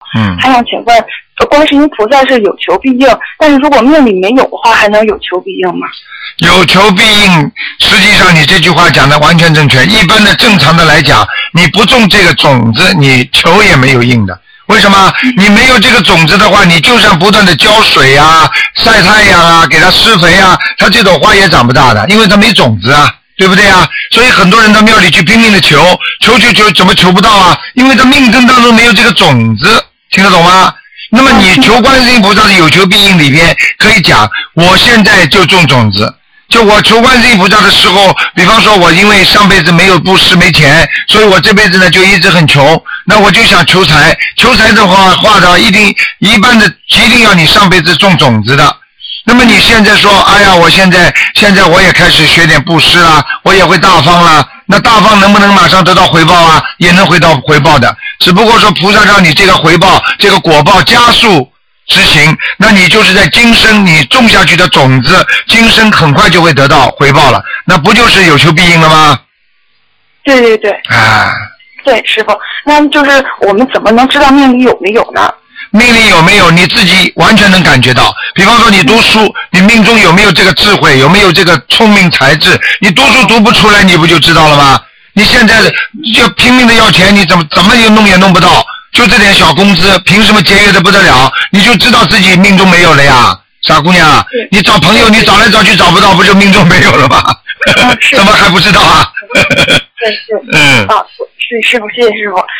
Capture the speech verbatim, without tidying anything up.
嗯。 还想请问，观世音菩萨是有求必应，但是如果命里没有的话，还能有求必应吗？ 有求必应，实际上你这句话讲的完全正确。一般的正常的来讲，你不种这个种子，你求也没有应的。为什么？你没有这个种子的话，你就算不断的浇水啊、晒太阳啊、给它施肥啊，它这朵花也长不大的，因为它没种子啊，对不对啊？所以很多人到庙里去拼命的求，求求求，怎么求不到啊？因为他命根当中没有这个种子，听得懂吗？那么你求观世音菩萨的有求必应里边可以讲，我现在就种种子。就我求观世音菩萨的时候，比方说我因为上辈子没有布施没钱，所以我这辈子呢就一直很穷，那我就想求财，求财的话话的一定一般的一定要你上辈子种种子的。那么你现在说，哎呀，我现在现在我也开始学点布施啦，我也会大方啦，那大方能不能马上得到回报啊？也能回到回报的，只不过说菩萨让你这个回报这个果报加速执行，那你就是在今生你种下去的种子，今生很快就会得到回报了，那不就是有求必应了吗？ 对对对。 啊。 对，师傅，那就是我们怎么能知道命里有没有呢？ 命里有没有你自己完全能感觉到。比方说你读书，你命中有没有这个智慧，有没有这个聪明才智，你读书读不出来，你不就知道了吗？你现在就拼命的要钱，你怎么怎么也弄也弄不到，就这点小工资，凭什么节约的不得了？你就知道自己命中没有了呀，傻姑娘，你找朋友你找来找去找不到，不就命中没有了吗？怎么还不知道啊？ 对是。 嗯。 啊，是师傅，谢谢师傅。